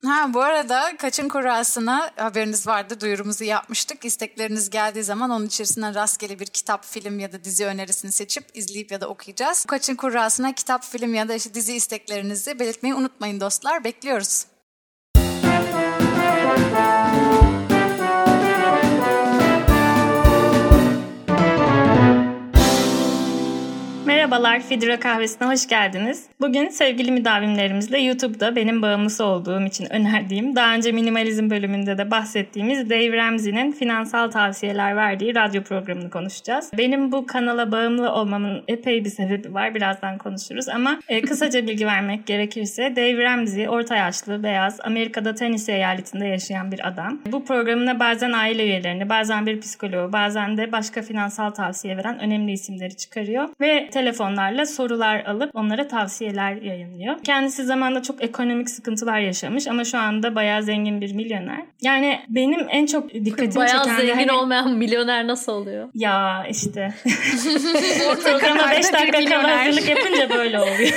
Bu arada Kaçın Kurrası'na haberiniz vardı, duyurumuzu yapmıştık. İstekleriniz geldiği zaman onun içerisinden rastgele bir kitap, film ya da dizi önerisini seçip izleyip ya da okuyacağız. Kaçın Kurrası'na kitap, film ya da işte dizi isteklerinizi belirtmeyi unutmayın dostlar. Bekliyoruz. Merhabalar, Fidra Kahvesi'ne hoş geldiniz. Bugün sevgili müdavimlerimizle YouTube'da benim bağımlısı olduğum için önerdiğim, daha önce minimalizm bölümünde de bahsettiğimiz Dave Ramsey'nin finansal tavsiyeler verdiği radyo programını konuşacağız. Benim bu kanala bağımlı olmamın epey bir sebebi var, birazdan konuşuruz ama kısaca bilgi vermek gerekirse Dave Ramsey, orta yaşlı, beyaz, Amerika'da Tennessee eyaletinde yaşayan bir adam. Bu programına bazen aile üyelerini, bazen bir psikoloğu, bazen de başka finansal tavsiye veren önemli isimleri çıkarıyor ve telefonlarla sorular alıp onlara tavsiyeler yayınlıyor. Kendisi zamanında çok ekonomik sıkıntılar yaşamış ama şu anda bayağı zengin bir milyoner. Yani benim en çok dikkatimi bayağı çeken... Bayağı zengin olmayan milyoner nasıl oluyor? Ya işte. Programa 5 dakika kala hazırlık yapınca böyle oluyor.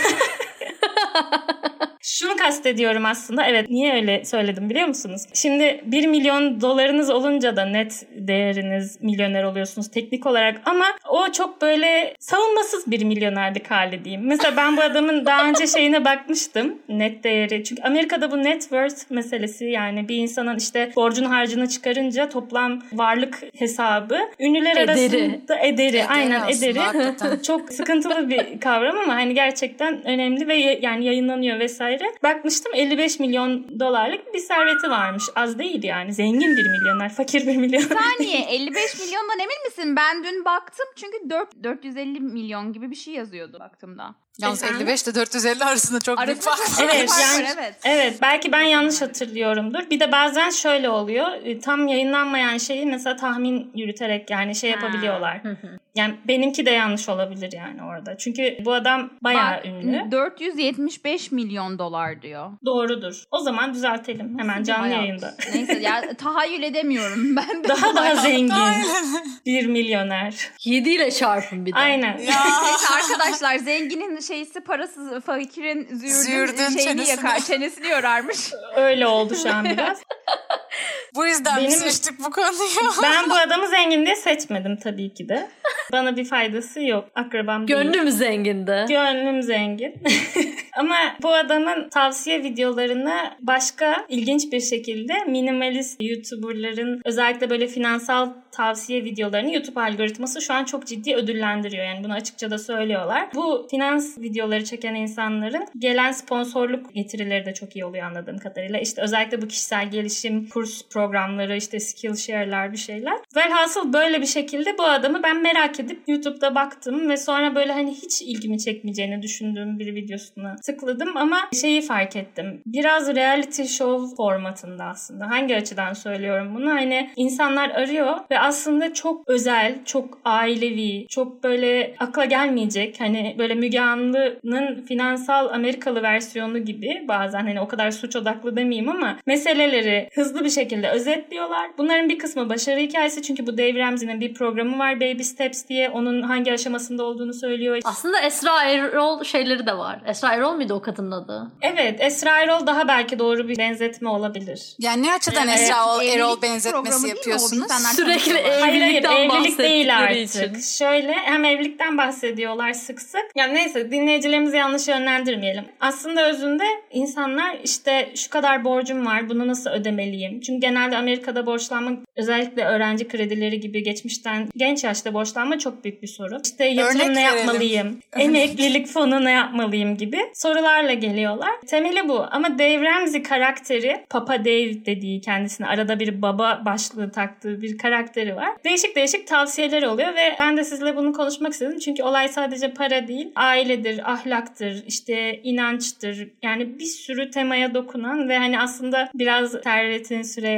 Şunu kastediyorum aslında. Evet, niye öyle söyledim biliyor musunuz? Şimdi 1 milyon dolarınız olunca da net değeriniz milyoner oluyorsunuz teknik olarak ama o çok böyle savunmasız bir milyonerlik hali diyeyim. Mesela ben bu adamın daha önce şeyine bakmıştım. Net değeri. Çünkü Amerika'da bu net worth meselesi, yani bir insanın işte borcunu harcını çıkarınca toplam varlık hesabı ünlüler arasında ederi. Aynen ederi. Çok sıkıntılı bir kavram ama hani gerçekten önemli ve yani yayınlanıyor vesaire. Bakmıştım 55 milyon dolarlık bir serveti varmış. Az değil yani. Zengin bir milyoner, fakir bir milyoner. Saniye 55 milyondan emin misin? Ben dün baktım çünkü 450 milyon gibi bir şey yazıyordu baktığımda. Yalnız 55 ile 450 arasında çok büyük fark var. Evet, yani, evet, belki ben yanlış hatırlıyorumdur. Bir de bazen şöyle oluyor. Tam yayınlanmayan şeyi mesela tahmin yürüterek yani şey yapabiliyorlar. Yani benimki de yanlış olabilir yani orada. Çünkü bu adam bayağı ünlü. 475 milyon dolar diyor. Doğrudur. O zaman düzeltelim hemen canlı yayında. Neyse ya, tahayyül edemiyorum ben de. Daha zengin. Bir milyoner. 7 ile çarpın bir de. Aynen. Neyse arkadaşlar, zenginin şeysi parasız, fakirin züğürdün şeyini yakar, çenesini yorarmış. Öyle oldu şu an biraz. Bu yüzden seçtik bu konuyu. Ben bu adamı zengin diye seçmedim tabii ki de. Bana bir faydası yok. Akrabam değil. Gönlüm zengindi. Gönlüm zengin. Ama bu adamın tavsiye videolarını başka ilginç bir şekilde minimalist YouTuber'ların özellikle böyle finansal tavsiye videolarını YouTube algoritması şu an çok ciddi ödüllendiriyor. Yani bunu açıkça da söylüyorlar. Bu finans videoları çeken insanların gelen sponsorluk getirileri de çok iyi oluyor anladığım kadarıyla. İşte özellikle bu kişisel gelişim kurs programları, işte Skillshare'lar bir şeyler. Velhasıl böyle bir şekilde bu adamı ben merak edip YouTube'da baktım ve sonra böyle hani hiç ilgimi çekmeyeceğini düşündüğüm bir videosuna tıkladım ama şeyi fark ettim. Biraz reality show formatında aslında. Hangi açıdan söylüyorum bunu? Hani insanlar arıyor ve aslında çok özel, çok ailevi, çok böyle akla gelmeyecek, hani böyle Müge Anlı'nın finansal Amerikalı versiyonu gibi, bazen hani o kadar suç odaklı demeyeyim ama meseleleri hızlı bir şekilde özetliyorlar. Bunların bir kısmı başarı hikayesi, çünkü bu Dave Ramsey'nin bir programı var, Baby Steps diye, onun hangi aşamasında olduğunu söylüyor. Aslında Esra Erol şeyleri de var. Esra Erol muydu o kadının adı? Evet, Esra Erol daha belki doğru bir benzetme olabilir. Yani ne açıdan Esra Erol benzetmesi yapıyorsunuz? Sürekli evlilik değil artık. Için. Şöyle, hem evlilikten bahsediyorlar sık sık. Yani neyse, dinleyicilerimizi yanlış yönlendirmeyelim. Aslında özünde insanlar işte şu kadar borcum var, bunu nasıl ödemeliyim? Çünkü genelde Amerika'da borçlanmak, özellikle öğrenci kredileri gibi geçmişten genç yaşta borçlanma çok büyük bir sorun. İşte yatırım ne yapmalıyım? Emeklilik fonu ne yapmalıyım gibi sorularla geliyorlar. Temeli bu. Ama Dave Ramsey karakteri, Papa Dave dediği, kendisine arada bir baba başlığı taktığı bir karakteri var. Değişik değişik tavsiyeleri oluyor ve ben de sizinle bunu konuşmak istedim. Çünkü olay sadece para değil, ailedir, ahlaktır, işte inançtır. Yani bir sürü temaya dokunan ve hani aslında biraz Servet-i Süreyya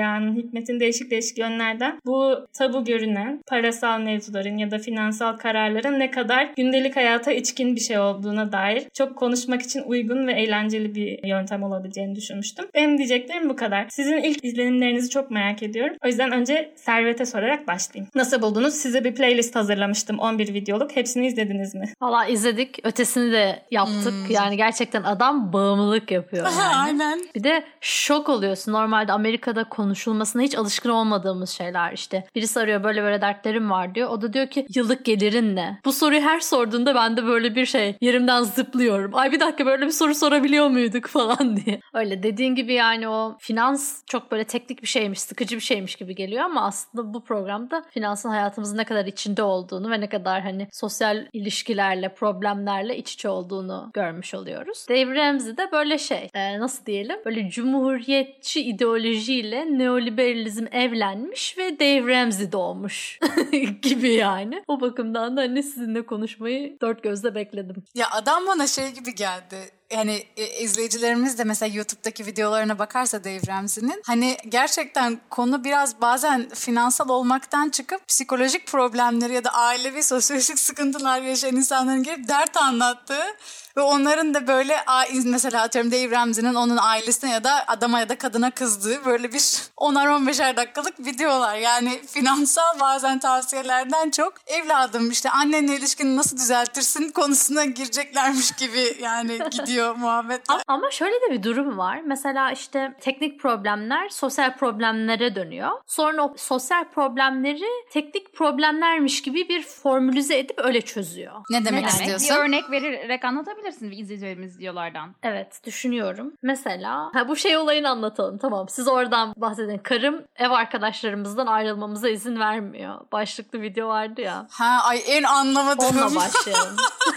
Kur'an'ın, hikmetin değişik değişik yönlerden bu tabu görünen parasal mevzuların ya da finansal kararların ne kadar gündelik hayata içkin bir şey olduğuna dair çok konuşmak için uygun ve eğlenceli bir yöntem olabileceğini düşünmüştüm. Benim diyeceklerim bu kadar. Sizin ilk izlenimlerinizi çok merak ediyorum. O yüzden önce Servet'e sorarak başlayayım. Nasıl buldunuz? Size bir playlist hazırlamıştım. 11 videoluk. Hepsini izlediniz mi? Valla izledik. Ötesini de yaptık. Yani gerçekten adam bağımlılık yapıyor. Yani. Aynen. Bir de şok oluyorsun. Normalde Amerika'da konuşulmasına hiç alışkın olmadığımız şeyler işte. Birisi arıyor böyle böyle dertlerim var diyor. O da diyor ki yıllık gelirin ne? Bu soruyu her sorduğunda ben de böyle bir yerimden zıplıyorum. Ay bir dakika böyle bir soru sorabiliyor muyduk falan diye. Öyle dediğin gibi yani o finans çok böyle teknik bir şeymiş, sıkıcı bir şeymiş gibi geliyor ama aslında bu programda finansın hayatımızın ne kadar içinde olduğunu ve ne kadar hani sosyal ilişkilerle, problemlerle iç içe olduğunu görmüş oluyoruz. Dave Ramsey de böyle nasıl diyelim? Böyle cumhuriyetçi ideolojiyle neoliberalizm evlenmiş ve Dave Ramsey doğmuş gibi yani. O bakımdan da hani sizinle konuşmayı dört gözle bekledim. Ya adam bana gibi geldi. Yani izleyicilerimiz de mesela YouTube'daki videolarına bakarsa Dave Ramsey'nin hani gerçekten konu biraz bazen finansal olmaktan çıkıp psikolojik problemleri ya da ailevi sosyolojik sıkıntılar yaşayan insanların gelip dert anlattığı ve onların da böyle mesela atıyorum Dave Ramsey'nin onun ailesine ya da adama ya da kadına kızdığı böyle bir 10'ar-15'er dakikalık videolar. Yani finansal bazen tavsiyelerden çok evladım işte annenle ilişkini nasıl düzeltirsin konusuna gireceklermiş gibi yani gidiyor muhabbetler. Ama şöyle de bir durum var. Mesela işte teknik problemler sosyal problemlere dönüyor. Sonra o sosyal problemleri teknik problemlermiş gibi bir formülize edip öyle çözüyor. Ne demek istiyorsun? Bir örnek vererek anlatabilirsin izleyeceğimiz videolardan. Evet, düşünüyorum. Mesela bu olayını anlatalım. Tamam, siz oradan bahsedin. Karım ev arkadaşlarımızdan ayrılmamıza izin vermiyor. Başlıklı video vardı ya. En anlamadığım. Onunla başlayalım.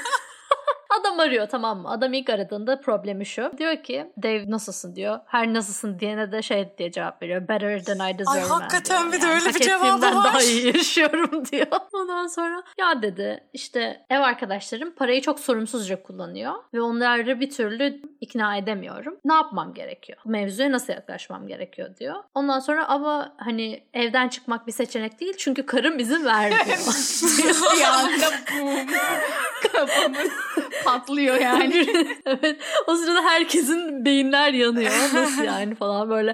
Adam arıyor, tamam mı? Adam ilk aradığında problemi şu. Diyor ki Dave nasılsın diyor. Her nasılsın diyene de diye cevap veriyor. Better than I deserve. Ay hakikaten diyor. bir de öyle hak bir cevabı var. daha iyi yaşıyorum diyor. Ondan sonra ya dedi işte ev arkadaşlarım parayı çok sorumsuzca kullanıyor. Ve onları bir türlü ikna edemiyorum. Ne yapmam gerekiyor? Bu mevzuya nasıl yaklaşmam gerekiyor diyor. Ondan sonra ama hani evden çıkmak bir seçenek değil. Çünkü karım izin vermiyor. Bir anda kafamız patlıyor yani. Evet. O sırada herkesin beyinler yanıyor. Nasıl yani falan böyle.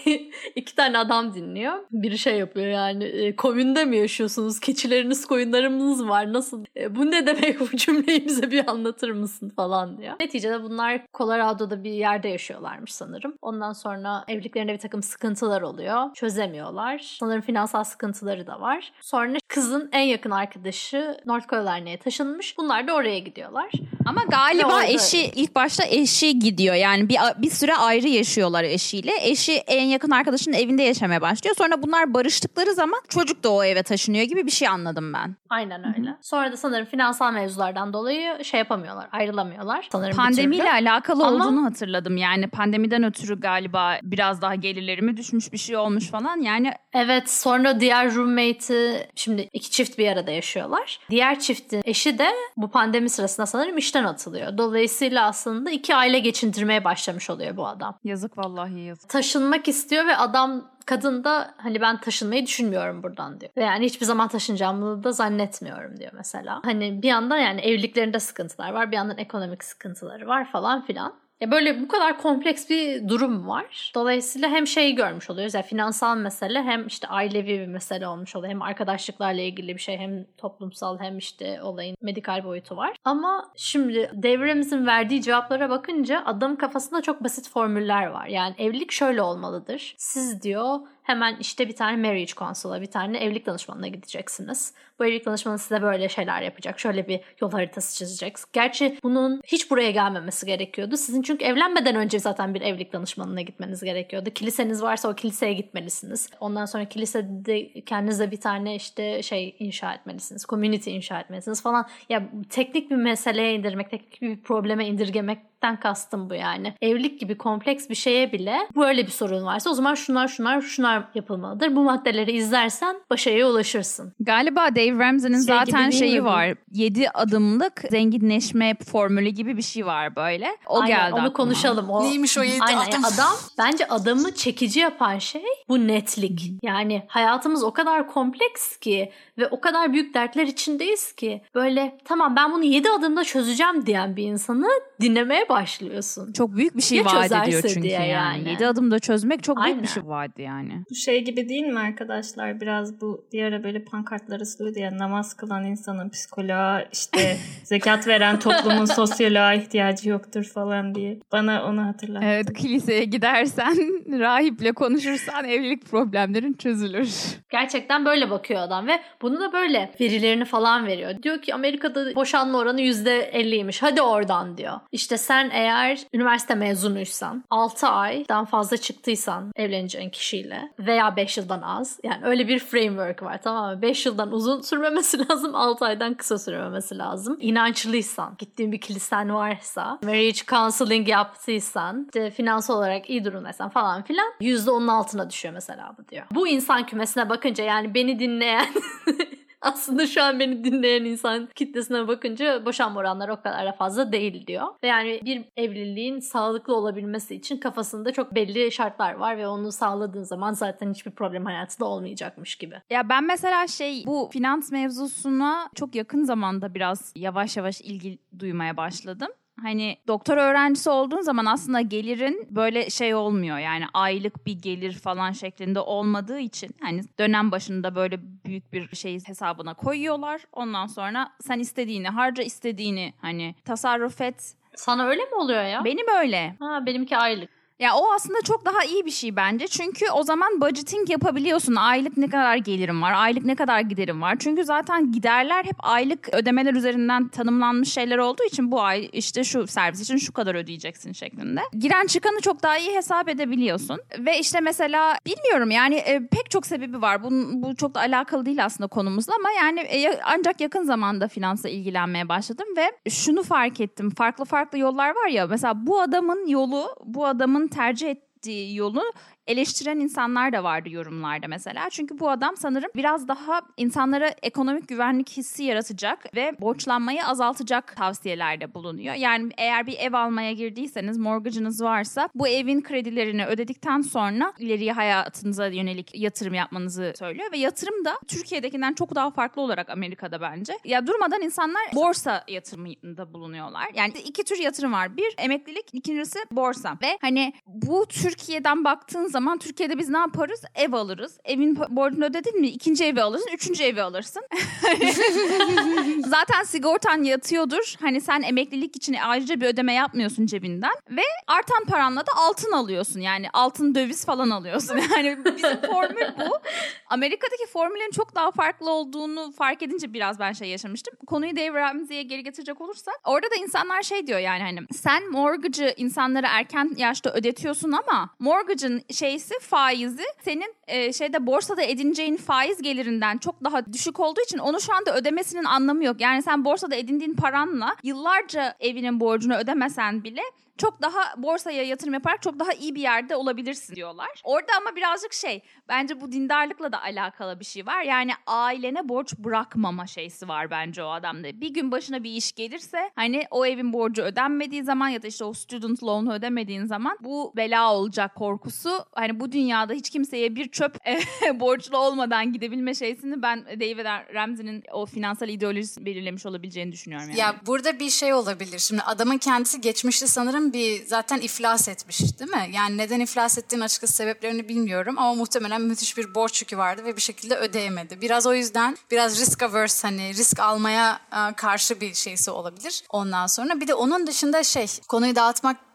2 tane adam dinliyor. Biri yapıyor yani. Komünde mi yaşıyorsunuz? Keçileriniz, koyunlarınız var. Nasıl? Bu ne demek, bu cümleyi bize bir anlatır mısın falan diyor. Neticede bunlar Colorado'da bir yerde yaşıyorlarmış sanırım. Ondan sonra evliliklerinde bir takım sıkıntılar oluyor. Çözemiyorlar. Sanırım finansal sıkıntıları da var. Sonra kızın en yakın arkadaşı North Carolina'ya taşınmış. Bunlar da oraya gidiyorlar. Ama galiba ilk başta eşi gidiyor. Yani bir süre ayrı yaşıyorlar eşiyle. Eşi en yakın arkadaşının evinde yaşamaya başlıyor. Sonra bunlar barıştıkları zaman çocuk da o eve taşınıyor gibi bir şey anladım ben. Aynen öyle. Sonra da sanırım finansal mevzulardan dolayı yapamıyorlar, ayrılamıyorlar. Sanırım pandemiyle alakalı olduğunu hatırladım. Yani pandemiden ötürü galiba biraz daha gelirleri düşmüş, bir şey olmuş falan. Yani evet, sonra diğer roommate'i, şimdi 2 çift bir arada yaşıyorlar. Diğer çiftin eşi de bu pandemi sırasında sanırım işten atılıyor. Dolayısıyla aslında 2 aile geçindirmeye başlamış oluyor bu adam. Yazık, vallahi yazık. Taşınmak istiyor ve kadın da hani ben taşınmayı düşünmüyorum buradan diyor. Ve yani hiçbir zaman taşınacağımı da zannetmiyorum diyor mesela. Hani bir yandan yani evliliklerinde sıkıntılar var, bir yandan ekonomik sıkıntıları var falan filan. Ya böyle bu kadar kompleks bir durum var. Dolayısıyla hem görmüş oluyoruz. Yani finansal mesele hem ailevi bir mesele olmuş oluyor. Hem arkadaşlıklarla ilgili bir şey, hem toplumsal, hem olayın medikal boyutu var. Ama şimdi Devrimizin verdiği cevaplara bakınca adamın kafasında çok basit formüller var. Yani evlilik şöyle olmalıdır. Siz diyor hemen bir tane marriage counselor'a, bir tane evlilik danışmanına gideceksiniz. Bu evlilik danışmanı size böyle şeyler yapacak. Şöyle bir yol haritası çizecek. Gerçi bunun hiç buraya gelmemesi gerekiyordu. Sizin çünkü evlenmeden önce zaten bir evlilik danışmanına gitmeniz gerekiyordu. Kiliseniz varsa o kiliseye gitmelisiniz. Ondan sonra kilisede kendinize bir tane inşa etmelisiniz. Community inşa etmelisiniz falan. Ya teknik bir meseleye indirmek, teknik bir probleme indirgemek evlilikten kastım bu yani. Evlilik gibi kompleks bir şeye bile böyle bir sorun varsa o zaman şunlar yapılmalıdır. Bu maddeleri izlersen başarıya ulaşırsın. Galiba Dave Ramsey'nin zaten şeyi var. 7 adımlık zenginleşme formülü gibi bir şey var böyle. O aynen, geldi onu aklıma. konuşalım. Neymiş o 7 aynen, adım? Bence adamı çekici yapan şey bu netlik. Yani hayatımız o kadar kompleks ki ve o kadar büyük dertler içindeyiz ki böyle tamam ben bunu 7 adımda çözeceğim diyen bir insanı dinlemeye başlıyorsun. Çok büyük bir şey Ya vaat ediyor çözerse çünkü diye yani. 7 adımda çözmek çok büyük aynen bir şey vaat yani. Bu şey gibi değil mi arkadaşlar? Biraz bu bir ara böyle pankartlar asılıyordu ya, namaz kılan insanın psikoloğa, işte zekat veren toplumun sosyoloğa ihtiyacı yoktur falan diye. Bana onu hatırlattı. Evet, kiliseye gidersen, rahiple konuşursan evlilik problemlerin çözülür. Gerçekten böyle bakıyor adam ve bunu da böyle verilerini falan veriyor. Diyor ki Amerika'da boşanma oranı %50'ymiş. Hadi oradan diyor. İşte sen eğer üniversite mezunuysan, 6 aydan fazla çıktıysan evleneceğin kişiyle veya 5 yıldan az. Yani öyle bir framework var, tamam mı? 5 yıldan uzun sürmemesi lazım, 6 aydan kısa sürmemesi lazım. İnançlıysan, gittiğin bir kilisen varsa, marriage counseling yaptıysan, işte finansal olarak iyi durumdaysan falan filan %10'un altına düşüyor mesela bu diyor. Bu insan kümesine bakınca yani beni dinleyen aslında şu an beni dinleyen insan kitlesine bakınca boşanma oranları o kadar da fazla değil diyor. Ve yani bir evliliğin sağlıklı olabilmesi için kafasında çok belli şartlar var ve onu sağladığın zaman zaten hiçbir problem hayatında olmayacakmış gibi. Ya ben mesela bu finans mevzusuna çok yakın zamanda biraz yavaş yavaş ilgi duymaya başladım. Hani doktor öğrencisi olduğun zaman aslında gelirin böyle şey olmuyor, yani aylık bir gelir falan şeklinde olmadığı için hani dönem başında böyle büyük bir şey hesabına koyuyorlar. Ondan sonra sen istediğini harca, istediğini hani tasarruf et. Sana öyle mi oluyor ya? Benim öyle. Benimki aylık. Ya o aslında çok daha iyi bir şey bence. Çünkü o zaman budgeting yapabiliyorsun. Aylık ne kadar gelirim var, aylık ne kadar giderim var. Çünkü zaten giderler hep aylık ödemeler üzerinden tanımlanmış şeyler olduğu için bu ay işte şu servis için şu kadar ödeyeceksin şeklinde. Giren çıkanı çok daha iyi hesap edebiliyorsun. Ve işte mesela bilmiyorum yani pek çok sebebi var. Bu çok da alakalı değil aslında konumuzla ama yani ancak yakın zamanda finansla ilgilenmeye başladım ve şunu fark ettim. Farklı yollar var ya, mesela bu adamın tercih ettiği yolu eleştiren insanlar da vardı yorumlarda mesela. Çünkü bu adam sanırım biraz daha insanlara ekonomik güvenlik hissi yaratacak ve borçlanmayı azaltacak tavsiyelerde bulunuyor. Yani eğer bir ev almaya girdiyseniz, mortgage'ınız varsa bu evin kredilerini ödedikten sonra ileriye hayatınıza yönelik yatırım yapmanızı söylüyor. Ve yatırım da Türkiye'dekinden çok daha farklı olarak Amerika'da bence. Ya durmadan insanlar borsa yatırımında bulunuyorlar. Yani 2 tür yatırım var. Bir emeklilik, ikincisi borsa. Ve hani bu Türkiye'den baktığın zaman Türkiye'de biz ne yaparız? Ev alırız. Evin borcunu ödedin mi? 2. evi alırsın, 3. evi alırsın. Zaten sigortan yatıyordur. Hani sen emeklilik için ayrıca bir ödeme yapmıyorsun cebinden. Ve artan paranla da altın alıyorsun. Yani altın döviz falan alıyorsun. Yani bizim formül bu. Amerika'daki formülün çok daha farklı olduğunu fark edince biraz ben yaşamıştım. Konuyu Dave Ramsey'e geri getirecek olursak, orada da insanlar diyor yani hani sen mortgage'ı insanlara erken yaşta ödetiyorsun ama mortgage'ın faizi senin borsada edineceğin faiz gelirinden çok daha düşük olduğu için onu şu anda ödemesinin anlamı yok. Yani sen borsada edindiğin paranla yıllarca evinin borcunu ödemesen bile çok daha borsaya yatırım yaparak çok daha iyi bir yerde olabilirsin diyorlar. Orada ama birazcık bence bu dindarlıkla da alakalı bir şey var. Yani ailene borç bırakmama şeysi var bence o adamda. Bir gün başına bir iş gelirse hani o evin borcu ödenmediği zaman ya da işte o student loan'u ödemediğin zaman bu bela olacak korkusu. Hani bu dünyada hiç kimseye bir çöp borçlu olmadan gidebilme şeysini ben David Ramsey'nin o finansal ideolojisi belirlemiş olabileceğini düşünüyorum yani. Ya burada bir şey olabilir. Şimdi adamın kendisi geçmişte sanırım zaten iflas etmiş değil mi? Yani neden iflas ettiğinin açıkçası sebeplerini bilmiyorum ama muhtemelen müthiş bir borç yükü vardı ve bir şekilde ödeyemedi. Biraz o yüzden biraz risk averse, hani risk almaya karşı bir şeysi olabilir ondan sonra. Bir de onun dışında konuyu dağıtmak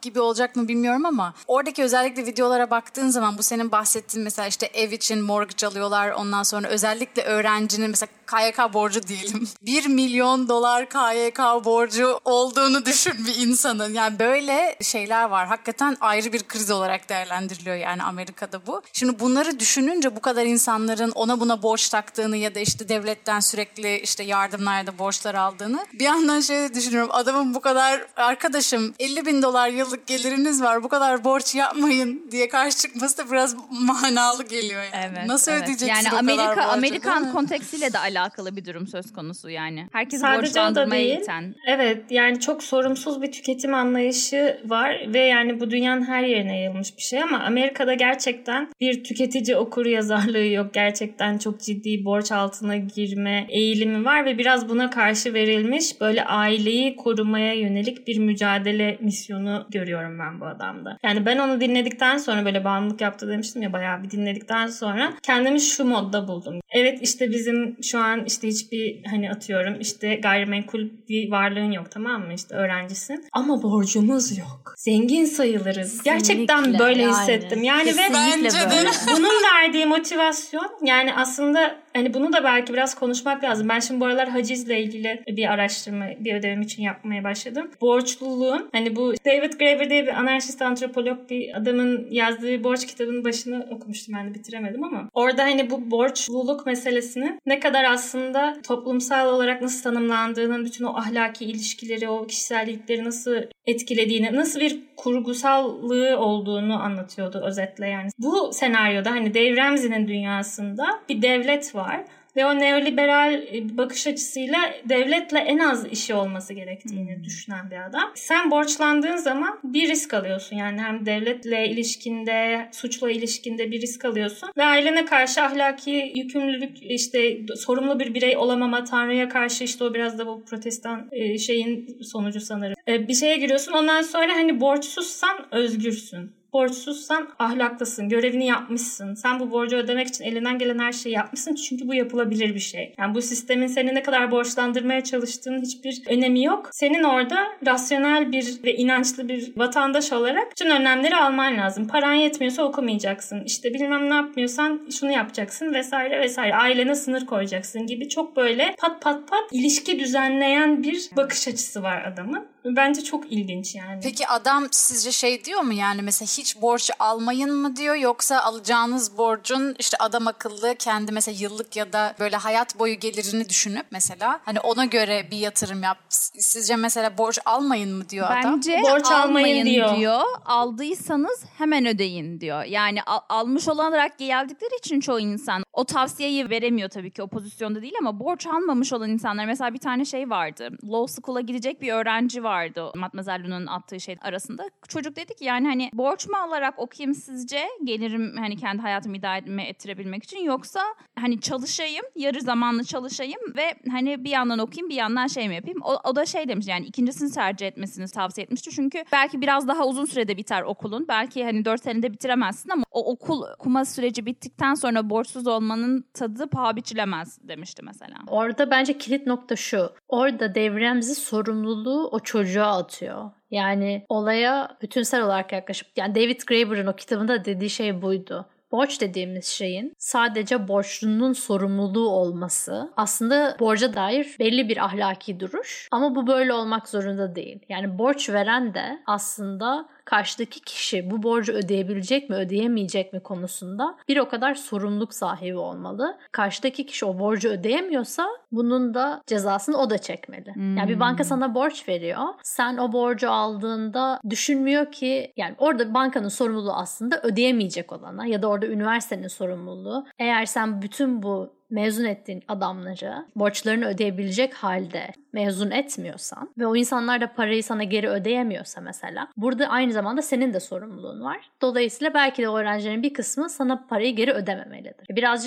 gibi olacak mı bilmiyorum ama oradaki özellikle videolara baktığın zaman bu senin bahsettiğin mesela işte ev için mortgage alıyorlar, ondan sonra özellikle öğrencinin mesela KYK borcu diyelim. 1 milyon dolar KYK borcu olduğunu düşün bir insanın. Yani böyle şeyler var. Hakikaten ayrı bir kriz olarak değerlendiriliyor yani Amerika'da bu. Şimdi bunları düşününce bu kadar insanların ona buna borç taktığını ya da işte devletten sürekli işte yardımlarda borçlar aldığını bir yandan şey düşünüyorum. Adamın bu kadar arkadaşım 50 bin dolar yıllık geliriniz var, bu kadar borç yapmayın diye karşı çıkması da biraz manalı geliyor yani. Evet, Nasıl ödeyeceksin yani o kadar borcu? Amerikan kontekstiyle de alakalı bir durum söz konusu yani. Herkes sadece borçlandırmaya iten. Evet, yani çok sorumsuz bir tüketim anlayışı var ve yani bu dünyanın her yerine yayılmış bir şey ama Amerika'da gerçekten bir tüketici okuryazarlığı yok. Gerçekten çok ciddi borç altına girme eğilimi var ve biraz buna karşı verilmiş böyle aileyi korumaya yönelik bir mücadele misyonu görüyorum ben bu adamda. Yani ben onu dinledikten sonra böyle bağımlılık yaptı demiştim ya, bayağı bir dinledikten sonra kendimi şu modda buldum. Evet, işte bizim şu an işte hiçbir hani atıyorum işte gayrimenkul bir varlığın yok, tamam mı? İşte öğrencisin ama borcumuz yok. Zengin sayılırız. Kesinlikle, Gerçekten böyle hissettim. Yani ve Bence de. bunun verdiği motivasyon, yani aslında hani bunu da belki biraz konuşmak lazım. Ben şimdi bu aralar hacizle ilgili bir araştırma, bir ödevim için yapmaya başladım. Borçluluğun, hani bu David Graeber diye bir anarşist antropolog bir adamın yazdığı borç kitabının başını okumuştum, ben de bitiremedim ama orada hani bu borçluluk meselesini ne kadar aslında toplumsal olarak nasıl tanımlandığının, bütün o ahlaki ilişkileri, o kişisellikleri nasıl etkilediğini, nasıl bir kurgusallığı olduğunu anlatıyordu özetle yani. Bu senaryoda hani Dave Ramsey'nin dünyasında bir devlet var ve o neoliberal bakış açısıyla devletle en az işi olması gerektiğini düşünen bir adam. Sen borçlandığın zaman bir risk alıyorsun. Yani hem devletle ilişkinde, suçla ilişkinde bir risk alıyorsun ve ailene karşı ahlaki yükümlülük, işte sorumlu bir birey olamama, Tanrı'ya karşı, işte o biraz da bu protestan şeyin sonucu sanırım. Bir şeye giriyorsun. Ondan sonra hani borçsuzsan özgürsün. Borçsuzsan ahlaklısın, görevini yapmışsın. Sen bu borcu ödemek için elinden gelen her şeyi yapmışsın çünkü bu yapılabilir bir şey. Yani bu sistemin seni ne kadar borçlandırmaya çalıştığının hiçbir önemi yok. Senin orada rasyonel bir ve inançlı bir vatandaş olarak bütün önlemleri alman lazım. Paran yetmiyorsa okumayacaksın. İşte bilmem ne yapmıyorsan şunu yapacaksın vesaire vesaire. Ailene sınır koyacaksın gibi çok böyle pat pat pat ilişki düzenleyen bir bakış açısı var adamın. Bence çok ilginç yani. Peki adam sizce şey diyor mu yani mesela hiç borç almayın mı diyor, yoksa alacağınız borcun işte adam akıllı kendi mesela yıllık ya da böyle hayat boyu gelirini düşünüp mesela hani ona göre bir yatırım yap. Sizce mesela borç almayın mı diyor adam? Bence borç almayın diyor. Aldıysanız hemen ödeyin diyor. Yani almış olarak geldikleri için çoğu insan o tavsiyeyi veremiyor tabii ki, o pozisyonda değil, ama borç almamış olan insanlar, mesela bir tane şey vardı. Law School'a gidecek bir öğrenci vardı Mademoiselle Lu'nun attığı şey arasında. Çocuk dedi ki yani hani borç mu alarak okuyayım sizce, gelirim hani kendi hayatımı idame ettirebilmek için, yoksa hani çalışayım, yarı zamanlı çalışayım ve hani bir yandan okuyayım bir yandan şey mi yapayım? O da şey demiş, yani ikincisini tercih etmesini tavsiye etmişti. Çünkü belki biraz daha uzun sürede biter okulun. Belki hani 4 senede bitiremezsin ama o okuma süreci bittikten sonra borçsuz olmanın tadı paha biçilemez demişti mesela. Orada bence kilit nokta şu. Orada Dave Ramsey sorumluluğu o çocuğa atıyor. Yani olaya bütünsel olarak yaklaşıp, yani David Graeber'ın o kitabında dediği şey buydu. Borç dediğimiz şeyin sadece borçlunun sorumluluğu olması aslında borca dair belli bir ahlaki duruş. Ama bu böyle olmak zorunda değil. Yani borç veren de aslında karşıdaki kişi bu borcu ödeyebilecek mi, ödeyemeyecek mi konusunda bir o kadar sorumluluk sahibi olmalı. Karşıdaki kişi o borcu ödeyemiyorsa bunun da cezasını o da çekmeli. Yani bir banka sana borç veriyor. Sen o borcu aldığında düşünmüyor ki, yani orada bankanın sorumluluğu aslında ödeyemeyecek olana ya da orada üniversitenin sorumluluğu. Eğer sen bütün bu mezun ettiğin adamları borçlarını ödeyebilecek halde mezun etmiyorsan ve o insanlar da parayı sana geri ödeyemiyorsa mesela, burada aynı zamanda senin de sorumluluğun var. Dolayısıyla belki de o öğrencilerin bir kısmı sana parayı geri ödememelidir. Birazcık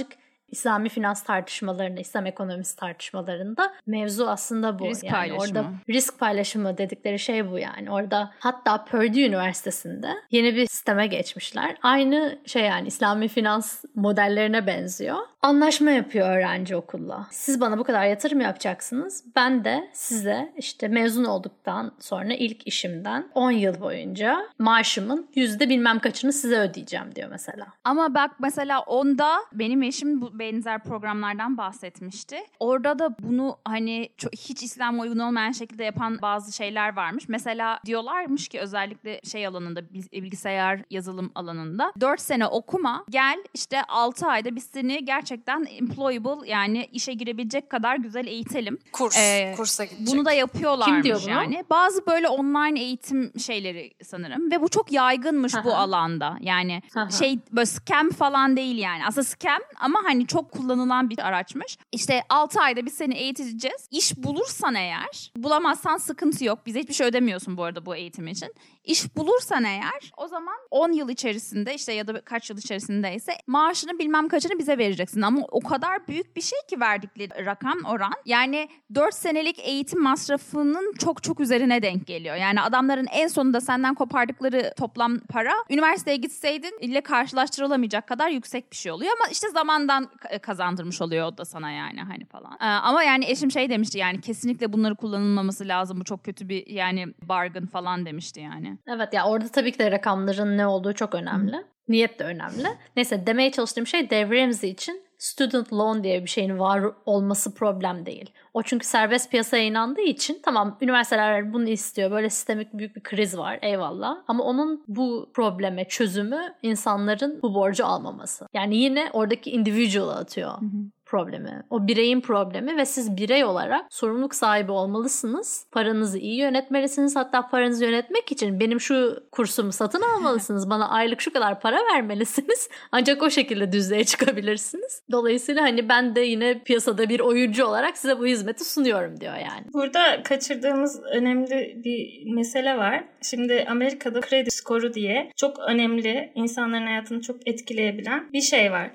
İslami finans tartışmalarında, İslam ekonomisi tartışmalarında mevzu aslında bu. Risk yani paylaşımı. Orada risk paylaşımı dedikleri şey bu yani. Orada hatta Purdue Üniversitesi'nde yeni bir sisteme geçmişler. Aynı şey yani İslami finans modellerine benziyor. Anlaşma yapıyor öğrenci okulla. Siz bana bu kadar yatırım yapacaksınız. Ben de size işte mezun olduktan sonra ilk işimden 10 yıl boyunca maaşımın bilmem kaçını size ödeyeceğim diyor mesela. Ama bak mesela onda benim eşim bu benzer programlardan bahsetmişti. Orada da bunu hani hiç İslam'a uygun olmayan şekilde yapan bazı şeyler varmış. Mesela diyorlarmış ki özellikle şey alanında, bilgisayar yazılım alanında 4 sene okuma, gel işte 6 ayda biz seni gerçekten employable yani işe girebilecek kadar güzel eğitelim. Kursa gidecek. Bunu da yapıyorlarmış. Kim diyor bunu? Yani. Bazı böyle online eğitim şeyleri sanırım ve bu çok yaygınmış bu alanda. Yani şey böyle scam falan değil yani. Aslında scam ama hani çok kullanılan bir araçmış. İşte 6 ayda biz seni eğiteceğiz. İş bulursan eğer, bulamazsan sıkıntı yok. Bize hiçbir şey ödemiyorsun bu arada bu eğitim için. İş bulursan eğer o zaman 10 yıl içerisinde işte ya da kaç yıl içerisindeyse maaşını bilmem kaçını bize vereceksin. Ama o kadar büyük bir şey ki verdikleri rakam, oran. Yani 4 senelik eğitim masrafının çok çok üzerine denk geliyor. Yani adamların en sonunda senden kopardıkları toplam para üniversiteye gitseydin ile karşılaştırılamayacak kadar yüksek bir şey oluyor. Ama işte zamandan kazandırmış oluyor o da sana yani hani falan. Ama yani eşim şey demişti yani kesinlikle bunları kullanılmaması lazım. Bu çok kötü bir yani bargain falan demişti yani. Evet ya orada tabii ki de rakamların ne olduğu çok önemli. Niyet de önemli. Neyse demeye çalıştığım şey Dave Ramsey için student loan diye bir şeyin var olması problem değil. O çünkü serbest piyasaya inandığı için tamam üniversiteler bunu istiyor. Böyle sistemik büyük bir kriz var eyvallah. Ama onun bu probleme çözümü insanların bu borcu almaması. Yani yine oradaki individual'a atıyor. Problemi. O bireyin problemi ve siz birey olarak sorumluluk sahibi olmalısınız. Paranızı iyi yönetmelisiniz. Hatta paranızı yönetmek için benim şu kursumu satın almalısınız. Bana aylık şu kadar para vermelisiniz. Ancak o şekilde düzlüğe çıkabilirsiniz. Dolayısıyla hani ben de yine piyasada bir oyuncu olarak size bu hizmeti sunuyorum diyor yani. Burada kaçırdığımız önemli bir mesele var. Şimdi Amerika'da kredi skoru diye çok önemli, insanların hayatını çok etkileyebilen bir şey var.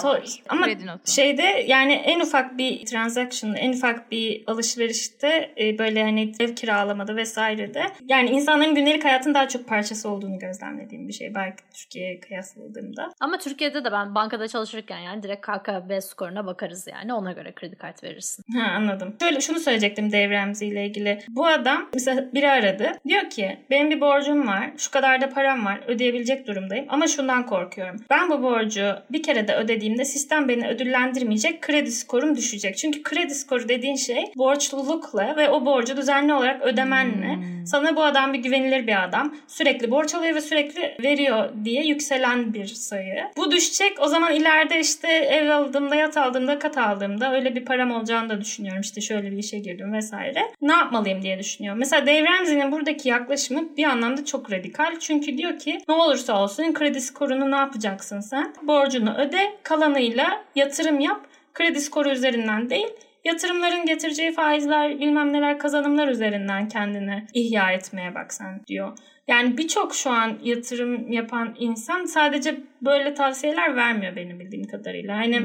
Ama şeyde yani en ufak bir transaction, en ufak bir alışverişte böyle hani ev kiralamada vesairede yani insanların günlük hayatının daha çok parçası olduğunu gözlemlediğim bir şey. Belki Türkiye'ye kıyasladığımda. Ama Türkiye'de de ben bankada çalışırken yani direkt KKB skoruna bakarız yani. Ona göre kredi kartı verirsin. Anladım. Şunu söyleyecektim Dave Ramsey ile ilgili. Bu adam mesela biri aradı. Diyor ki benim bir borcum var. Şu kadar da param var. Ödeyebilecek durumdayım. Ama şundan korkuyorum. Ben bu borcu bir kere de ödediğimde sistem beni ödüllendirmeyecek. Kredi skorum düşecek. Çünkü kredi skoru dediğin şey borçlulukla ve o borcu düzenli olarak ödemenle sana bu adam bir güvenilir bir adam. Sürekli borç alıyor ve sürekli veriyor diye yükselen bir sayı. Bu düşecek. O zaman ileride işte ev aldığımda, yat aldığımda, kat aldığımda öyle bir param olacağını da düşünüyorum. İşte şöyle bir işe girdim vesaire. Ne yapmalıyım diye düşünüyorum. Mesela Dave Ramsey'nin buradaki yaklaşımı bir anlamda çok radikal. Çünkü diyor ki ne olursa olsun kredi skorunu ne yapacaksın sen? Borcunu öde, kalanıyla yatırım yap. Kredi skoru üzerinden değil, yatırımların getireceği faizler, bilmem neler, kazanımlar üzerinden kendini ihya etmeye bak sen diyor. Yani birçok şu an yatırım yapan insan sadece böyle tavsiyeler vermiyor benim bildiğim kadarıyla. Hani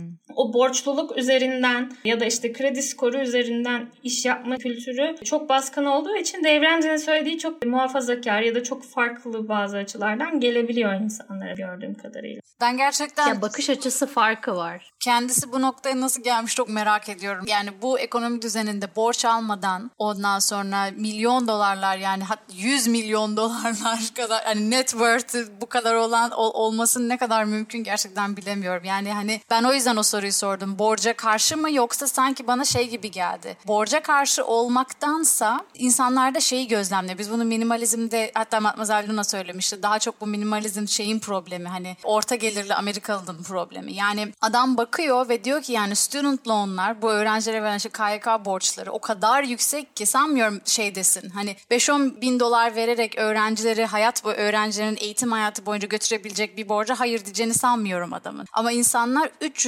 o borçluluk üzerinden ya da işte kredi skoru üzerinden iş yapma kültürü çok baskın olduğu için Dave Ramsey'nin söylediği çok muhafazakar ya da çok farklı bazı açılardan gelebiliyor insanlara gördüğüm kadarıyla. Ben gerçekten... Ya bakış açısı farkı var. Kendisi bu noktaya nasıl gelmiş çok merak ediyorum. Yani bu ekonomi düzeninde borç almadan ondan sonra milyon dolarlar yani 100 milyon dolarlar kadar hani net worth'ı bu kadar olan olmasının ne kadar mümkün gerçekten bilemiyorum. Yani hani ben o yüzden o soruyu sordum. Borca karşı mı yoksa sanki bana şey gibi geldi. Borca karşı olmaktansa insanlarda şeyi gözlemle. Biz bunu minimalizmde hatta Matmazel Luna söylemişti. Daha çok bu minimalizm şeyin problemi hani orta gelirli Amerikalı'nın problemi. Yani adam bakıyor ve diyor ki yani student loan'lar bu öğrencilere veren işte KYK borçları o kadar yüksek ki sanmıyorum şey desin. Hani 5-10 bin dolar vererek öğrencileri öğrencilerin eğitim hayatı boyunca götürebilecek bir borca hayır diyeceğini sanmıyorum adamın. Ama insanlar 300 bin dolar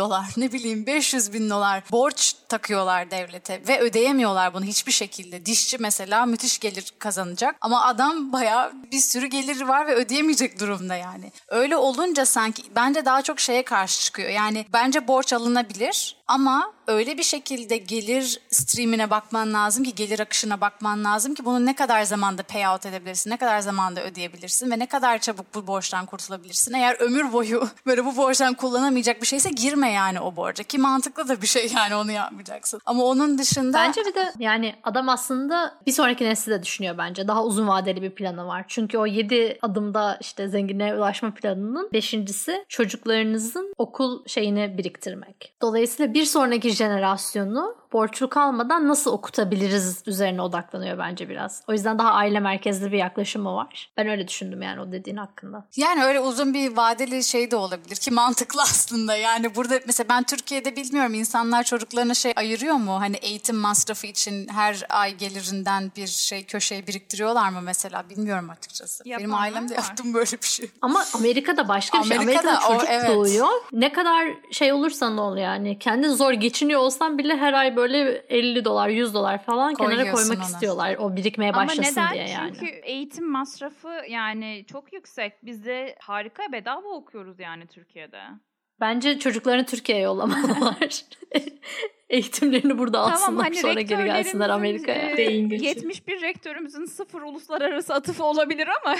dolar, ne bileyim $500.000 borç takıyorlar devlete ve ödeyemiyorlar bunu hiçbir şekilde. Dişçi mesela müthiş gelir kazanacak ama adam bayağı bir sürü geliri var ve ödeyemeyecek durumda yani. Öyle olunca sanki bence daha çok şeye karşı çıkıyor. Yani bence borç alınabilir ama öyle bir şekilde gelir streamine bakman lazım ki, gelir akışına bakman lazım ki bunu ne kadar zamanda payout edebilirsin, ne kadar zamanda ödeyebilirsin ve ne kadar çabuk bu borçtan kurtulabilirsin. Eğer ömür boyu böyle bu borçtan kullanamayacak bir şeyse girme yani o borca, ki mantıklı da bir şey yani, onu yapmayacaksın. Ama onun dışında... Bence bir de yani adam aslında bir sonraki nesli de düşünüyor bence. Daha uzun vadeli bir planı var. Çünkü o 7 adımda işte zenginliğe ulaşma planının 5.'si çocuklarınızın okul şeyini biriktirmek. Dolayısıyla bir sonraki jenerasyonu borçlu kalmadan nasıl okutabiliriz üzerine odaklanıyor bence biraz. O yüzden daha aile merkezli bir yaklaşımı var. Ben öyle düşündüm yani o dediğin hakkında. Yani öyle uzun bir vadeli şey de olabilir ki mantıklı aslında. Yani burada mesela ben Türkiye'de bilmiyorum, insanlar çocuklarına şey ayırıyor mu? Hani eğitim masrafı için her ay gelirinden bir şey köşeye biriktiriyorlar mı mesela? Bilmiyorum açıkçası. Yapanlar Benim ailemde var. yaptım böyle bir şey. Ama Amerika'da başka bir şey. Amerika'da Amerika'da çocuk evet. doğuyor. Ne kadar şey olursa ne oluyor yani. Kendin zor geçiniyor olsan bile her ay böyle $50, $100 falan kenara Koyuyorsun koymak ona. istiyorlar. O birikmeye başlasın Ama neden? diye yani. Çünkü eğitim masrafı yani çok yüksek. Biz de harika bedava okuyoruz yani Türkiye'de. Bence çocuklarını Türkiye'ye yollamalılar. Eğitimlerini burada alsınlar, Tamam, sonra geri gelsinler Amerika'ya. Beyin göçü. 71 rektörümüzün 0 uluslararası atıfı olabilir ama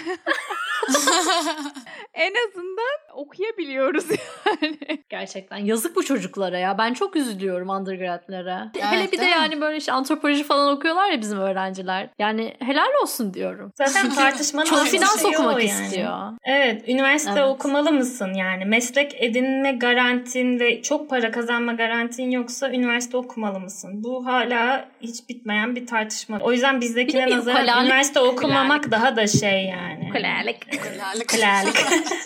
en azından okuyabiliyoruz yani. Gerçekten yazık bu çocuklara ya. Ben çok üzülüyorum undergrad'lara. Evet, Hele bir de değil mi? yani böyle işte antropoloji falan okuyorlar ya bizim öğrenciler. Yani helal olsun diyorum. Zaten tartışmanın Çoğu asıl finans şeyi o okumak yani. istiyor. Evet, üniversite Evet. okumalı mısın yani? Meslek edinme garantin ve çok para kazanma garantin yoksa üniversite okumalı mısın? Bu hala hiç bitmeyen bir tartışma. O yüzden bizdekine Bir de bir nazaran ukalalık- üniversite okumamak daha da şey yani. Ukalalık.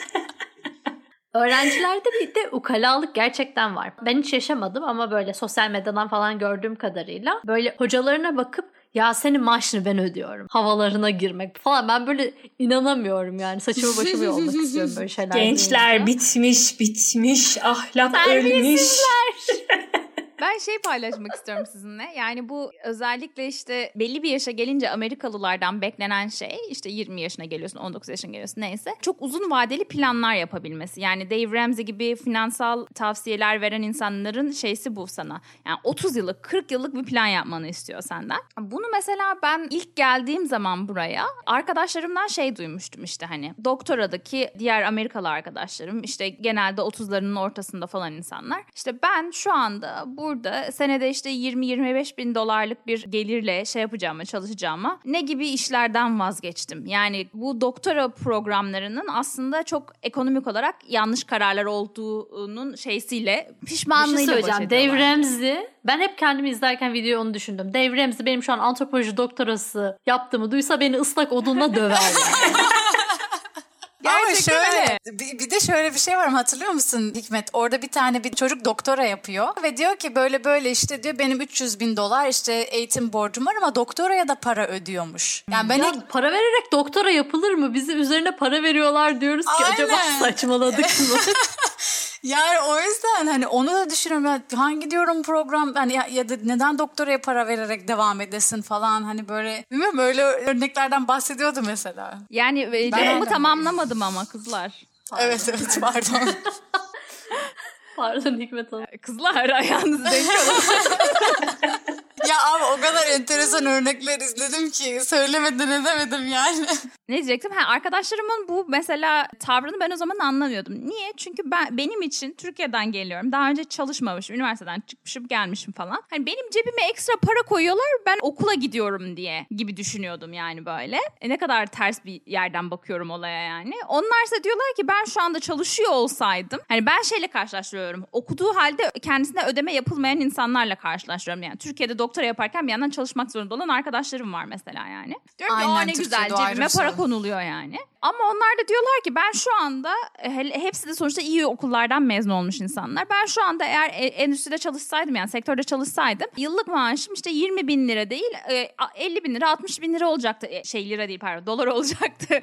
Öğrencilerde bir de ukalalık gerçekten var. Ben hiç yaşamadım ama böyle sosyal medyadan falan gördüğüm kadarıyla böyle hocalarına bakıp ya senin maaşını ben ödüyorum havalarına girmek falan. Ben böyle inanamıyorum yani. Saçımı başımı yolmak istiyorum böyle şeyler. Gençler duyunca. bitmiş, ahlak ölmüş. Ben şey paylaşmak istiyorum sizinle. Yani bu özellikle işte belli bir yaşa gelince Amerikalılardan beklenen şey, işte 20 yaşına geliyorsun, 19 yaşına geliyorsun neyse, çok uzun vadeli planlar yapabilmesi. Yani Dave Ramsey gibi finansal tavsiyeler veren insanların şeysi bu sana. Yani 30 yıllık, 40 yıllık bir plan yapmanı istiyor senden. Bunu mesela ben ilk geldiğim zaman buraya arkadaşlarımdan şey duymuştum, işte hani doktoradaki diğer Amerikalı arkadaşlarım, işte genelde 30'larının ortasında falan insanlar. İşte ben şu anda burada senede işte 20-25 bin dolarlık bir gelirle şey yapacağıma, çalışacağıma ne gibi işlerden vazgeçtim. Yani bu doktora programlarının aslında çok ekonomik olarak yanlış kararlar olduğunun şeysiyle, Bir şey pişmanlığıyla baş söyleyeceğim. ediyorlar. Dave Ramsey, ben hep kendimi izlerken videoyu onu düşündüm. Dave Ramsey benim şu an antropoloji doktorası yaptığımı duysa beni ıslak odunla döver yani. Ama Gerçekten şöyle öyle. bir de şöyle bir şey var, hatırlıyor musun Hikmet? Orada bir tane bir çocuk doktora yapıyor ve diyor ki böyle işte diyor benim $300.000 işte eğitim borcum var ama doktoraya da para ödüyormuş. Yani ben Ya para vererek doktora yapılır mı? Bizi üzerine para veriyorlar diyoruz ki Aynen. acaba saçmaladık mı? yani o yüzden hani onu da düşünüyorum. Ben hangi diyorum program hani ya da neden doktoraya para vererek devam edesin falan, hani böyle bilmiyorum, öyle örneklerden bahsediyordu mesela. Yani Ben lafımı anlamadım. tamamlamadım ama kızlar. Evet pardon. Pardon Hikmet Hanım. Kızlar ayağınızı deniyorlar. Ya abi o kadar enteresan örnekler izledim ki söylemeden edemedim yani. Ne diyecektim? Arkadaşlarımın bu mesela tavrını ben o zaman anlamıyordum. Niye? Çünkü benim için Türkiye'den geliyorum. Daha önce çalışmamışım. Üniversiteden çıkmışım, gelmişim falan. Hani benim cebime ekstra para koyuyorlar. Ben okula gidiyorum diye gibi düşünüyordum yani böyle. Ne kadar ters bir yerden bakıyorum olaya yani. Onlarsa diyorlar ki ben şu anda çalışıyor olsaydım. Hani ben şeyle karşılaştırıyorum. Okuduğu halde kendisine ödeme yapılmayan insanlarla karşılaştırıyorum. Yani Türkiye'de doktora yaparken bir yandan çalışmak zorunda olan arkadaşlarım var mesela yani. Diyorum ki Aynen, ne güzel Türkiye'de o ayrı cebime bir para sorun. konuluyor yani. Ama onlar da diyorlar ki ben şu anda hepsi de sonuçta iyi okullardan mezun olmuş insanlar. Ben şu anda eğer endüstride çalışsaydım yani sektörde çalışsaydım yıllık maaşım işte 20 bin lira değil 50 bin lira 60 bin lira olacaktı. Lira değil pardon dolar olacaktı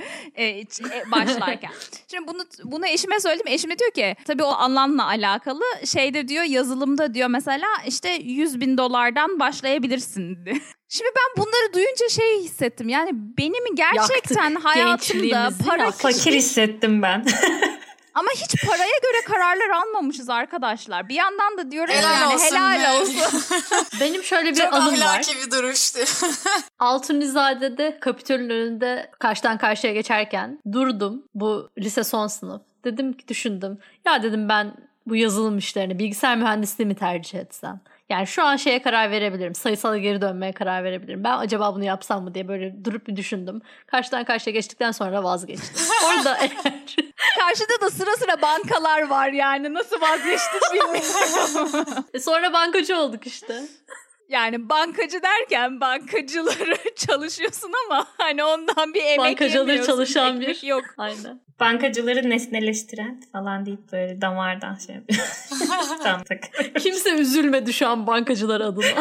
başlarken. Şimdi bunu eşime söyledim. Eşim de diyor ki tabii o alanla alakalı şeyde diyor yazılımda diyor mesela işte 100 bin dolardan başlayabilirsin diyor. Şimdi ben bunları duyunca şey hissettim. Yani benim gerçekten hayatımda para fakir hissettim ben. Ama hiç paraya göre kararlar almamışız arkadaşlar. Bir yandan da diyorum helal olsun. Benim şöyle bir çok anım var. ahlaki bir duruştu. Altunizade'de Kapitol'ün önünde karşıdan karşıya geçerken durdum. Bu lise son sınıf. Dedim ki düşündüm. Ya dedim ben bu yazılım işlerini bilgisayar mühendisliği mi tercih etsem? Yani şu an şeye karar verebilirim. Sayısala geri dönmeye karar verebilirim. Ben acaba bunu yapsam mı diye böyle durup bir düşündüm. Karşıdan karşıya geçtikten sonra vazgeçtim. Orada karşıda da sıra sıra bankalar var yani. Nasıl vazgeçtik bilmiyorum. Sonra bankacı olduk işte. Yani bankacı derken bankacıları çalışıyorsun ama hani ondan bir emek bankacıları çalışan bir yok. Aynen. Bankacıları nesneleştiren falan deyip böyle damardan şey yapıyor. Tam tak. Kimse üzülmedi şu an bankacılar adına.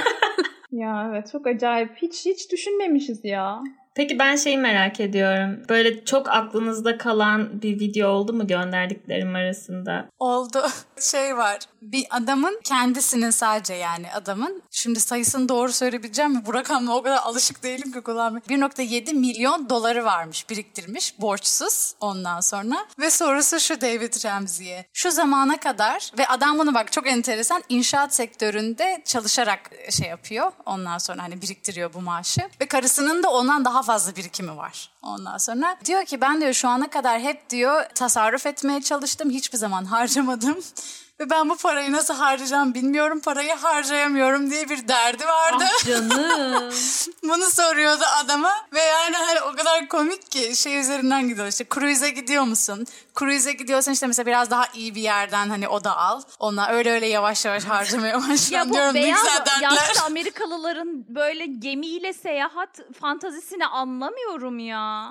Ya evet çok acayip. Hiç düşünmemişiz ya. Peki ben şeyi merak ediyorum. Böyle çok aklınızda kalan bir video oldu mu gönderdiklerim arasında? Oldu. Şey var. Bir adamın kendisinin sadece yani adamın. Şimdi sayısını doğru söyleyebileceğim mi? Bu rakamla o kadar alışık değilim ki kullanmaya. 1.7 milyon doları varmış biriktirmiş borçsuz ondan sonra. Ve sorusu şu David Ramsey'e. Şu zamana kadar ve adam bunu bak çok enteresan inşaat sektöründe çalışarak şey yapıyor. Ondan sonra hani biriktiriyor bu maaşı. Ve karısının da ondan daha fazla birikimi var. Ondan sonra diyor ki ben diyor şu ana kadar hep diyor tasarruf etmeye çalıştım. Hiçbir zaman harcamadım. Ve ben bu parayı nasıl harcayacağım bilmiyorum. Parayı harcayamıyorum diye bir derdi vardı. Ah canım. Bunu soruyordu adama. Ve yani hani o kadar komik ki şey üzerinden gidiyor. İşte cruise'e gidiyor musun? Cruise'e gidiyorsan işte mesela biraz daha iyi bir yerden hani o da al. Onlar öyle yavaş yavaş harcamaya başlıyor. Ya bu diyorum, beyaz dertler. yaşlı Amerikalıların böyle gemiyle seyahat fantazisini anlamıyorum ya.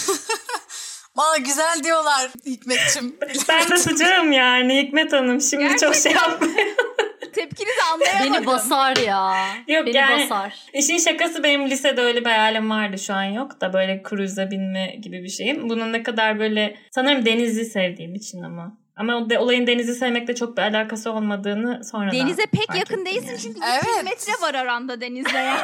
Valla güzel diyorlar Hikmetciğim. Ben de sıcağım yani Hikmet Hanım. Şimdi gerçekten çok şey yapmayın. Tepkinizi anlayamadım. Beni basar ya. Yok Beni yani basar. işin şakası benim lisede öyle bir hayalim vardı, şu an yok da böyle cruise'a binme gibi bir şeyim. Bunun ne kadar böyle sanırım denizi sevdiğim için ama olayın denizi sevmekle çok bir alakası olmadığını sonradan denize pek fark yakın ettim değilsin yani. çünkü Evet. 200 metre var aranda denizle yani.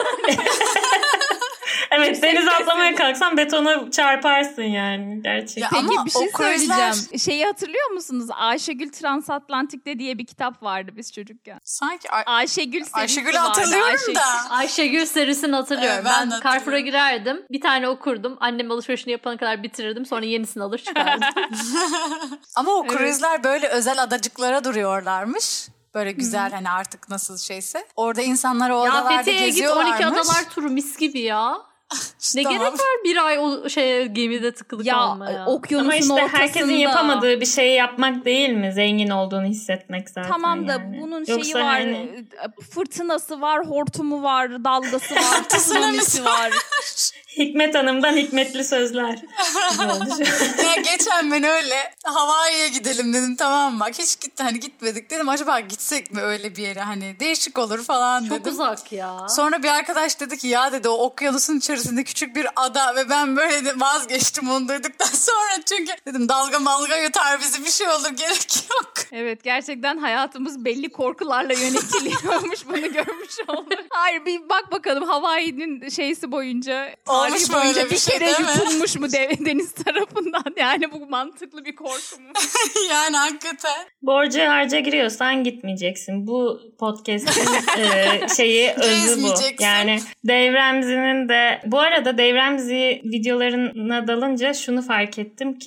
Evet, denize atlamaya kalksan betona çarparsın yani gerçekten. Ya Peki ama bir şey o cruise'ler- söyleyeceğim. Şeyi hatırlıyor musunuz? Ayşegül Transatlantik'te diye bir kitap vardı biz çocukken. Sanki Ayşegül'ü Ayşegül'ü hatırlıyorum da. Ayşegül serisini hatırlıyorum. Evet, ben ben de Carrefour'a hatırlıyorum. girerdim. Bir tane okurdum. Annem alışverişini yapana kadar bitirirdim. Sonra yenisini alır çıkardım. Ama o cruise'ler böyle özel adacıklara duruyorlarmış. Böyle güzel hani artık nasıl şeyse. Orada insanlar o Ya adalarda Fethiye'ye git geziyorlarmış. 12 adalar turu mis gibi ya. Ne Tamam. gerek var bir ay o gemide tıkılı kalmaya? okyanusun Ama işte ortasında. herkesin yapamadığı bir şeyi yapmak değil mi? Zengin olduğunu hissetmek zaten. Tamam da yani. bunun Yoksa şeyi var, hani- fırtınası var, hortumu var, dalgası var, tsunamisi var. Hikmet Hanım'dan hikmetli sözler. Güzel oldu şu an. Ya geçen ben öyle Hawaii'ye gidelim dedim, tamam mı? Bak hiç gitmedik dedim, acaba gitsek mi öyle bir yere, hani değişik olur falan Çok dedim. uzak ya. Sonra bir arkadaş dedi ki ya dedi o okyanusun içerisinde küçük bir ada ve ben böyle de vazgeçtim onu duyduktan sonra, çünkü dedim dalga malga yutar bizi, bir şey olur, gerek yok. Evet, gerçekten hayatımız belli korkularla yönetiliyormuş, bunu görmüş olduk. Hayır, bir bak bakalım Hawaii'nin şeysi boyunca, Olmuş tarihi mu boyunca öyle bir bir şey, kere değil mi? yutulmuş mu deniz tarafından? Yani bu mantıklı bir korku mu? Yani hakikaten. Borca harca giriyorsan gitmeyeceksin. Bu podcast'in şeyi özü bu. Gezmeyeceksin. Yani Dave Ramsey'nin de, bu arada Dave Ramsey videolarına dalınca şunu fark ettim ki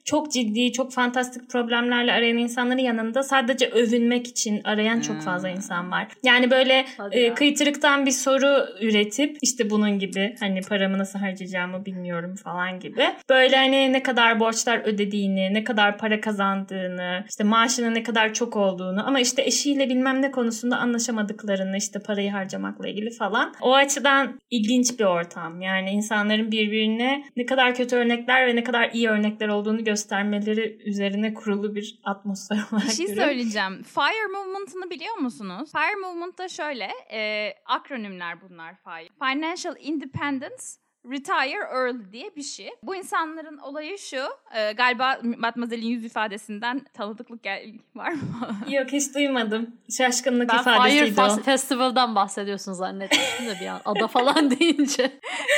çok ciddi, çok fantastik problemlerle arayan insanların yanında sadece övünmek için arayan çok fazla insan var. Yani böyle kıytırıktan bir soru üretip işte bunun gibi hani paramı nasıl harcayacağımı bilmiyorum falan gibi. Böyle hani ne kadar borçlar ödediğini, ne kadar para kazandığını, işte maaşının ne kadar çok olduğunu ama işte eşiyle bilmem ne konusunda anlaşamadıklarını, işte parayı harcamakla ilgili falan. O açıdan ilginç bir ortam. Yani insanların birbirine ne kadar kötü örnekler ve ne kadar iyi örnekler olduğunu göstermeleri üzerine kurulu bir atmosfer olarak Bir şey görüyorum. söyleyeceğim. FIRE Movement'ını biliyor musunuz? FIRE Movement'ta şöyle, akronimler bunlar. FIRE. Financial Independence Retire Early diye bir şey. Bu insanların olayı şu, galiba Matmazel'in yüz ifadesinden tanıdıklık var mı? Yok, hiç duymadım. Şaşkınlık Ben ifadesiydi Fire o. Festival'dan bahsediyorsun zannetmiştim de bir an. Ada falan deyince.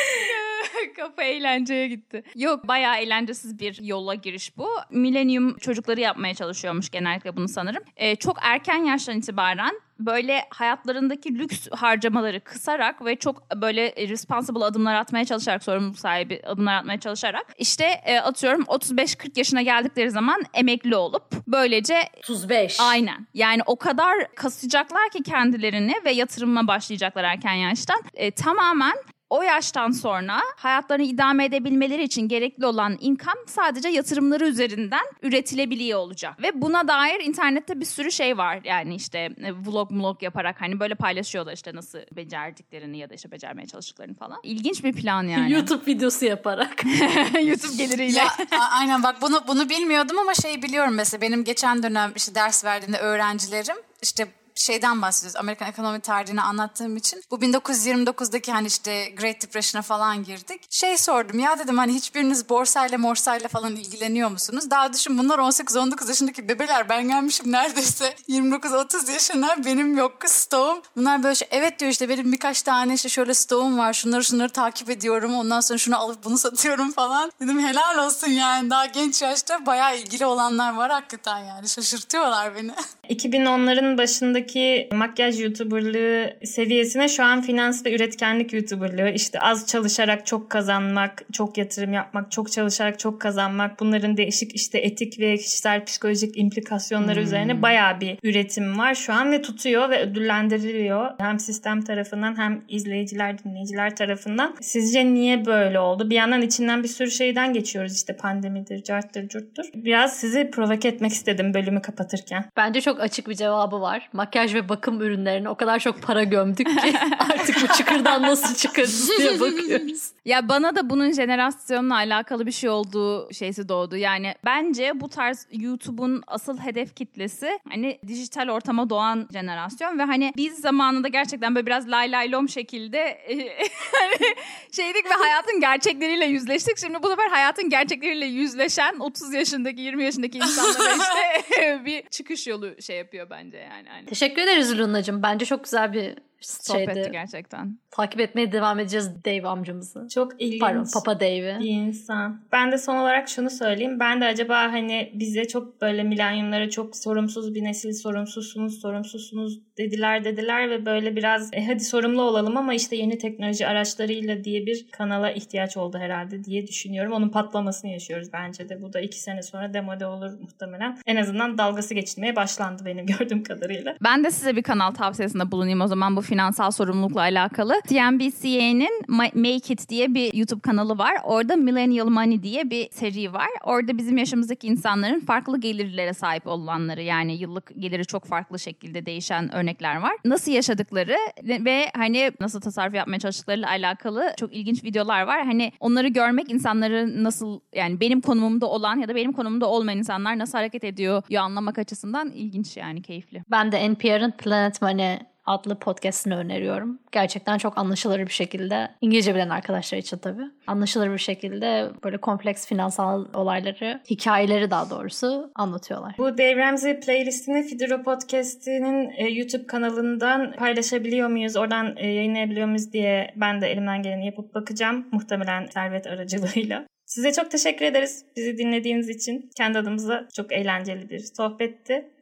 Kafa eğlenceye gitti. Yok, bayağı eğlencesiz bir yola giriş bu. Millennium çocukları yapmaya çalışıyormuş genellikle bunu sanırım. Çok erken yaştan itibaren böyle hayatlarındaki lüks harcamaları kısarak ve çok böyle responsible adımlar atmaya çalışarak, sorumluluk sahibi adımlar atmaya çalışarak işte atıyorum 35-40 yaşına geldikleri zaman emekli olup böylece 35. Aynen. Yani o kadar kasacaklar ki kendilerini ve yatırıma başlayacaklar erken yaştan. Tamamen o yaştan sonra hayatlarını idame edebilmeleri için gerekli olan income sadece yatırımları üzerinden üretilebiliyor olacak. Ve buna dair internette bir sürü şey var. Yani işte vlog yaparak hani böyle paylaşıyorlar işte nasıl becerdiklerini ya da işte becermeye çalıştıklarını falan. İlginç bir plan yani. YouTube videosu yaparak. YouTube geliriyle. Ya, aynen bak bunu bilmiyordum ama biliyorum mesela benim geçen dönem işte ders verdiğimde öğrencilerim işte şeyden bahsediyoruz. Amerikan ekonomi tarihini anlattığım için. Bu 1929'daki hani işte Great Depression'a falan girdik. Sordum ya dedim hani hiçbiriniz borsayla falan ilgileniyor musunuz? Daha düşün bunlar 18-19 yaşındaki bebeler. Ben gelmişim neredeyse 29-30 yaşına benim yok stoğum. Bunlar böyle evet diyor işte benim birkaç tane işte şöyle stoğum var. Şunları takip ediyorum. Ondan sonra şunu alıp bunu satıyorum falan. Dedim helal olsun yani daha genç yaşta bayağı ilgili olanlar var hakikaten yani. Şaşırtıyorlar beni. 2010'ların başındaki makyaj YouTuber'lığı seviyesine şu an finans ve üretkenlik YouTuber'lığı, işte az çalışarak çok kazanmak, çok yatırım yapmak, çok çalışarak çok kazanmak, bunların değişik işte etik ve kişisel psikolojik implikasyonları üzerine bayağı bir üretim var şu an ve tutuyor ve ödüllendiriliyor. Hem sistem tarafından hem izleyiciler, dinleyiciler tarafından. Sizce niye böyle oldu? Bir yandan içinden bir sürü şeyden geçiyoruz işte pandemidir, carttır, curttur. Biraz sizi provoke etmek istedim bölümü kapatırken. Bence çok açık bir cevabı var. Makyaj ve bakım ürünlerine o kadar çok para gömdük ki artık bu çıkırdan nasıl çıkarız diye bakıyoruz. Ya bana da bunun jenerasyonla alakalı bir şey olduğu şeysi doğdu. Yani bence bu tarz YouTube'un asıl hedef kitlesi hani dijital ortama doğan jenerasyon ve hani biz zamanında gerçekten böyle biraz lay lay lom şekilde hani şeydik ve hayatın gerçekleriyle yüzleştik. Şimdi bu sefer hayatın gerçekleriyle yüzleşen 30 yaşındaki 20 yaşındaki insanlara işte bir çıkış yolu şey yapıyor bence yani. Teşekkür ederiz Luna'cığım. Bence çok güzel bir sohbetti gerçekten. Takip etmeye devam edeceğiz Dave amcamızı. Çok ilginç. Pardon, Papa Dave'i. Bir insan. Ben de son olarak şunu söyleyeyim. Ben de acaba hani bize çok böyle milenyumlara çok sorumsuz bir nesil, sorumsuzsunuz dediler ve böyle biraz hadi sorumlu olalım ama işte yeni teknoloji araçlarıyla diye bir kanala ihtiyaç oldu herhalde diye düşünüyorum. Onun patlamasını yaşıyoruz bence de. Bu da 2 sene sonra demode olur muhtemelen. En azından dalgası geçilmeye başlandı benim gördüğüm kadarıyla. Ben de size bir kanal tavsiyesinde bulunayım o zaman bu finansal sorumlulukla alakalı. CNBC'nin Make It diye bir YouTube kanalı var. Orada Millennial Money diye bir seri var. Orada bizim yaşımızdaki insanların farklı gelirlere sahip olanları, yani yıllık geliri çok farklı şekilde değişen örnekler var. Nasıl yaşadıkları ve hani nasıl tasarruf yapmaya çalıştıklarıyla alakalı çok ilginç videolar var. Hani onları görmek insanları nasıl, yani benim konumumda olan ya da benim konumumda olmayan insanlar nasıl hareket ediyor anlamak açısından ilginç, yani keyifli. Ben de NPR'ın Planet Money adlı podcast'ını öneriyorum. Gerçekten çok anlaşılır bir şekilde, İngilizce bilen arkadaşlar için tabii, anlaşılır bir şekilde böyle kompleks finansal olayları, hikayeleri daha doğrusu anlatıyorlar. Bu Dave Ramsey playlistini Fidero Podcast'inin YouTube kanalından paylaşabiliyor muyuz, oradan yayınlayabiliyor muyuz diye ben de elimden geleni yapıp bakacağım. Muhtemelen Servet aracılığıyla. Size çok teşekkür ederiz bizi dinlediğiniz için. Kendi adımıza çok eğlenceli bir sohbetti.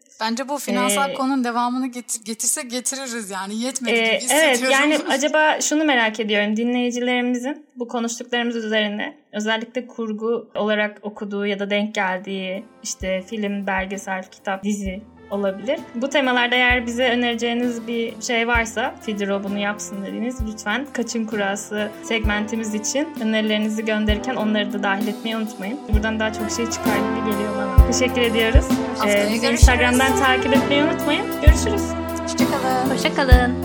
Bence bu finansal konunun devamını getiririz yani. Yetmedi gibi hissediyorum. Evet, yani acaba şunu merak ediyorum. Dinleyicilerimizin bu konuştuklarımız üzerine özellikle kurgu olarak okuduğu ya da denk geldiği işte film, belgesel, kitap, dizi olabilir. Bu temalarda eğer bize önereceğiniz bir şey varsa, Fidro bunu yapsın dediğiniz, lütfen Kaçın Kurası segmentimiz için önerilerinizi gönderirken onları da dahil etmeyi unutmayın. Buradan daha çok şey çıkar gibi geliyor bana. Teşekkür ediyoruz. Bizi Instagram'dan takip etmeyi unutmayın. Görüşürüz. Hoşçakalın. Hoşçakalın.